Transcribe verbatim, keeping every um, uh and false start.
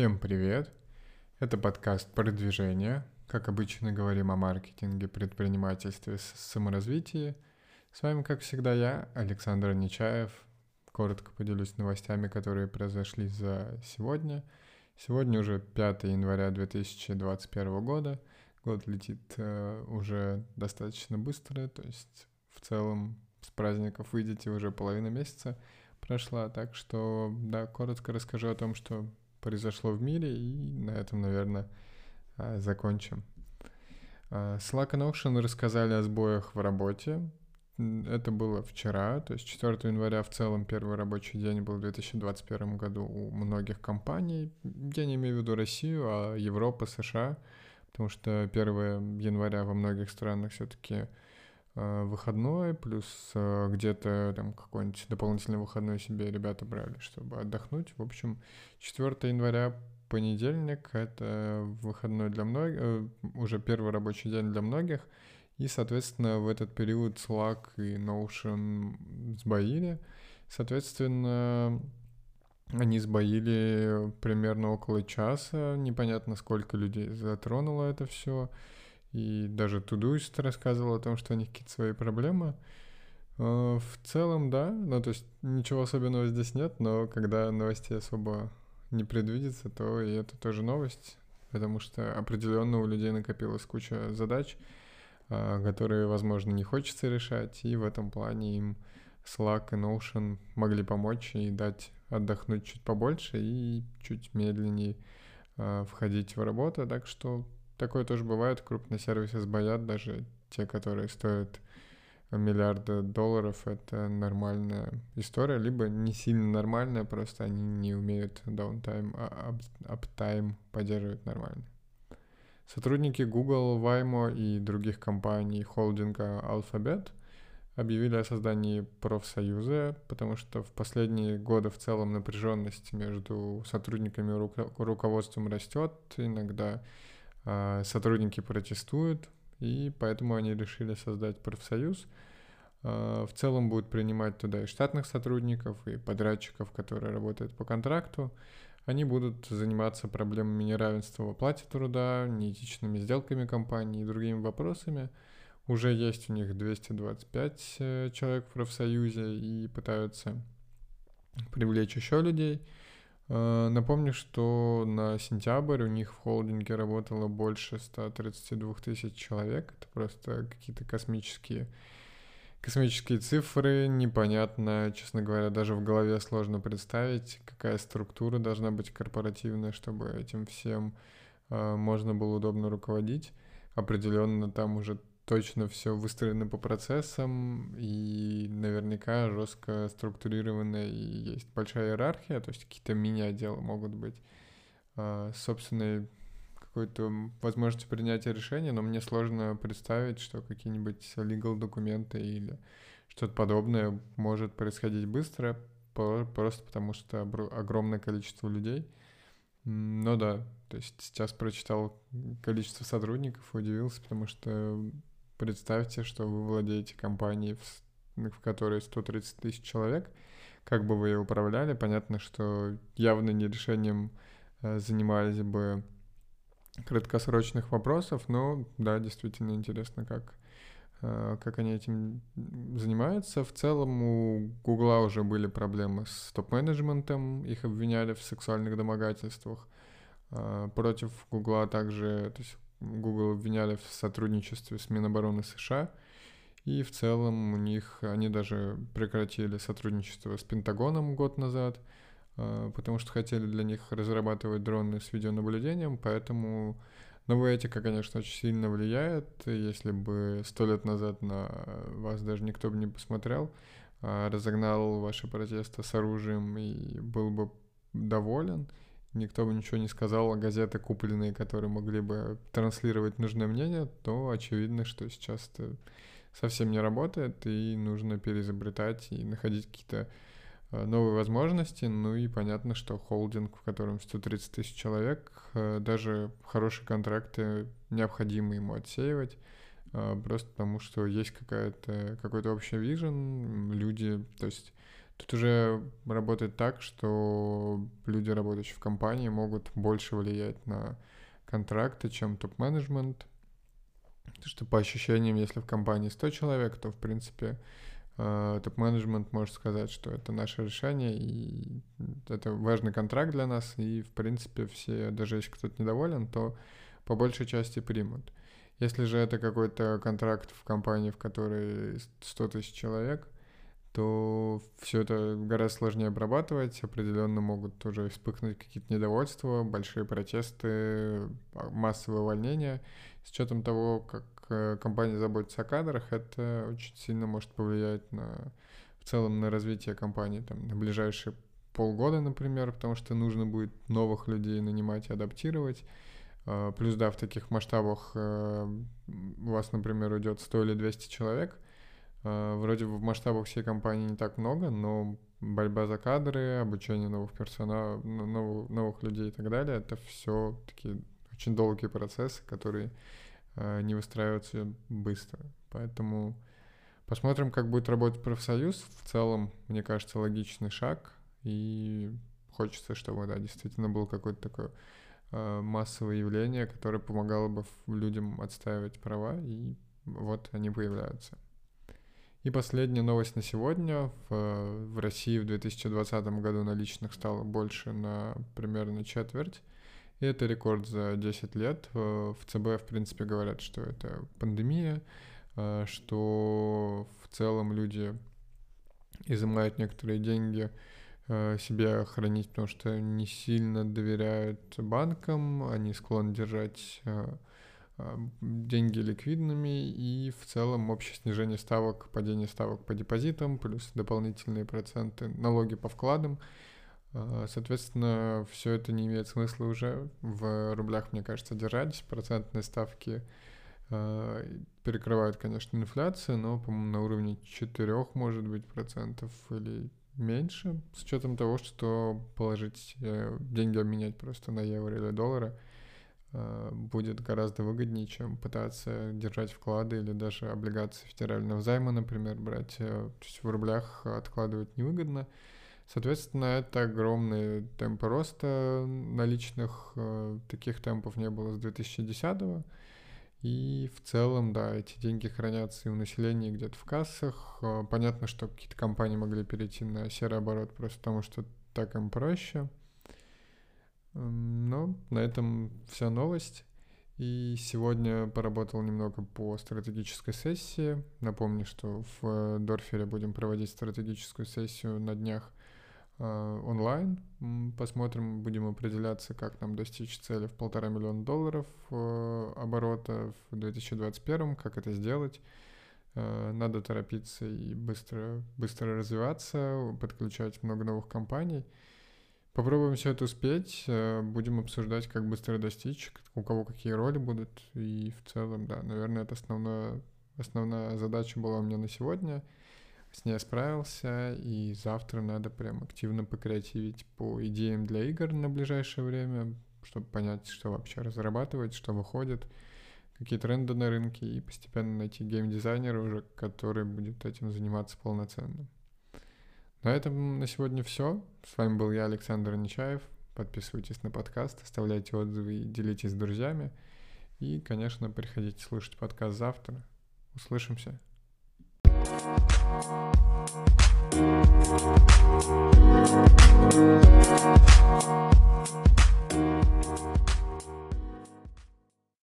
Всем привет! Это подкаст «Продвижение». Как обычно, говорим о маркетинге, предпринимательстве, с- саморазвитии. С вами, как всегда, я, Александр Нечаев. Коротко поделюсь новостями, которые произошли за сегодня. Сегодня уже пятое января две тысячи двадцать первого года. Год летит э, уже достаточно быстро, то есть в целом с праздников выйдете, уже половина месяца прошла. Так что, да, коротко расскажу о том, что произошло в мире, и на этом, наверное, закончим. Slack и Notion рассказали о сбоях в работе. Это было вчера, то есть четвёртого января в целом первый рабочий день был в две тысячи двадцать первом году у многих компаний. Я не имею в виду Россию, а Европа, США, потому что первого января во многих странах все-таки выходной, плюс где-то там какой-нибудь дополнительный выходной себе ребята брали, чтобы отдохнуть. В общем, четвёртого января, понедельник, это выходной для многих, уже первый рабочий день для многих, и, соответственно, в этот период Slack и Notion сбоили. Соответственно, они сбоили примерно около часа, непонятно, сколько людей затронуло это все. И даже Todoist рассказывал о том, что у них какие-то свои проблемы. В целом, да, ну то есть ничего особенного здесь нет, но когда новостей особо не предвидится, то и это тоже новость, потому что определенно у людей накопилась куча задач, которые, возможно, не хочется решать, и в этом плане им Slack и Notion могли помочь и дать отдохнуть чуть побольше и чуть медленнее входить в работу, так что такое тоже бывает, крупные сервисы сбоят, даже те, которые стоят миллиарды долларов, это нормальная история, либо не сильно нормальная, просто они не умеют даунтайм, а аптайм поддерживать нормально. Сотрудники Google, Waymo и других компаний холдинга Alphabet объявили о создании профсоюза, потому что в последние годы в целом напряженность между сотрудниками и руко- руководством растет, иногда э, сотрудники протестуют, и поэтому они решили создать профсоюз. Э, в целом будет принимать туда и штатных сотрудников, и подрядчиков, которые работают по контракту. Они будут заниматься проблемами неравенства в оплате труда, неэтичными сделками компании и другими вопросами. Уже есть у них двести двадцать пять человек в профсоюзе и пытаются привлечь еще людей. Напомню, что на сентябрь у них в холдинге работало больше ста тридцати двух тысяч человек. Это просто какие-то космические, космические цифры. Непонятно, честно говоря, даже в голове сложно представить, какая структура должна быть корпоративная, чтобы этим всем можно было удобно руководить. Определенно там уже точно все выстроено по процессам и наверняка жестко структурировано, и есть большая иерархия, то есть какие-то мини-отделы могут быть с собственной какой-то возможностью принятия решения, но мне сложно представить, что какие-нибудь legal документы или что-то подобное может происходить быстро, просто потому что огромное количество людей. Ну да, то есть сейчас прочитал количество сотрудников и удивился, потому что представьте, что вы владеете компанией, в, в которой сто тридцать тысяч человек, как бы вы ее управляли. Понятно, что явно не решением э, занимались бы краткосрочных вопросов, но да, действительно интересно, как, э, как они этим занимаются. В целом у Гугла уже были проблемы с топ-менеджментом, их обвиняли в сексуальных домогательствах. Э, против Гугла также, то есть Google обвиняли в сотрудничестве с Минобороны США, и в целом у них, они даже прекратили сотрудничество с Пентагоном год назад, потому что хотели для них разрабатывать дроны с видеонаблюдением, поэтому новая этика, конечно, очень сильно влияет. Если бы сто лет назад на вас даже никто бы не посмотрел, разогнал ваши протесты с оружием и был бы доволен, никто бы ничего не сказал, а газеты купленные, которые могли бы транслировать нужное мнение, то очевидно, что сейчас это совсем не работает, и нужно переизобретать и находить какие-то новые возможности. Ну и понятно, что холдинг, в котором сто тридцать тысяч человек, даже хорошие контракты необходимо ему отсеивать, просто потому что есть какая-то, какой-то общий вижен, люди, то есть Тут уже работает так, что люди, работающие в компании, могут больше влиять на контракты, чем топ-менеджмент. Потому что по ощущениям, если в компании сто человек, то, в принципе, э, топ-менеджмент может сказать, что это наше решение, и это важный контракт для нас, и, в принципе, все, даже если кто-то недоволен, то по большей части примут. Если же это какой-то контракт в компании, в которой сто тысяч человек, то все это гораздо сложнее обрабатывать, определенно могут уже вспыхнуть какие-то недовольства, большие протесты, массовые увольнения. С учетом того, как э, компания заботится о кадрах, это очень сильно может повлиять на, в целом на развитие компании там, на ближайшие полгода, например, потому что нужно будет новых людей нанимать и адаптировать. Э, Плюс, да, в таких масштабах э, у вас, например, уйдет сто или двести человек. Э, Вроде бы в масштабах всей компании не так много, но борьба за кадры, обучение новых персонал, новых, новых людей и так далее, это все такие очень долгие процессы, которые э, не выстраиваются быстро. Поэтому посмотрим, как будет работать профсоюз. В целом, мне кажется, логичный шаг. И хочется, чтобы, да, действительно было какое-то такое э, массовое явление, которое помогало бы людям отстаивать права. И вот они появляются. И последняя новость на сегодня. В, в России в две тысячи двадцатом году наличных стало больше на примерно четверть. И это рекорд за десять лет. В ЦБ, в принципе, говорят, что это пандемия, что в целом люди изымают некоторые деньги себе хранить, потому что не сильно доверяют банкам, они склонны держать деньги ликвидными, и в целом общее снижение ставок, падение ставок по депозитам, плюс дополнительные проценты, налоги по вкладам. Соответственно, все это не имеет смысла уже в рублях, мне кажется, держать. Процентные ставки перекрывают, конечно, инфляцию, но, по-моему, на уровне четырех, может быть, процентов или меньше, с учетом того, что положить деньги, обменять просто на евро или доллары будет гораздо выгоднее, чем пытаться держать вклады или даже облигации федерального займа, например, брать. То есть в рублях откладывать невыгодно. Соответственно, это огромные темпы роста наличных. Таких темпов не было с две тысячи десятого. И в целом, да, эти деньги хранятся и у населения где-то в кассах. Понятно, что какие-то компании могли перейти на серый оборот просто потому, что так им проще. Но на этом вся новость. И сегодня поработал немного по стратегической сессии. Напомню, что в Дорфере будем проводить стратегическую сессию на днях э, онлайн. Посмотрим, будем определяться, как нам достичь цели в полтора миллиона долларов э, оборота в две тысячи двадцать первом, как это сделать. Э, надо торопиться и быстро, быстро развиваться, подключать много новых компаний. Попробуем все это успеть, будем обсуждать, как быстро достичь, у кого какие роли будут. И в целом, да, наверное, это основная, основная задача была у меня на сегодня. С ней я справился, и завтра надо прям активно покреативить по идеям для игр на ближайшее время, чтобы понять, что вообще разрабатывать, что выходит, какие тренды на рынке, и постепенно найти геймдизайнера уже, который будет этим заниматься полноценно. На этом на сегодня все. С вами был я, Александр Нечаев. Подписывайтесь на подкаст, оставляйте отзывы и делитесь с друзьями. И, конечно, приходите слушать подкаст завтра. Услышимся.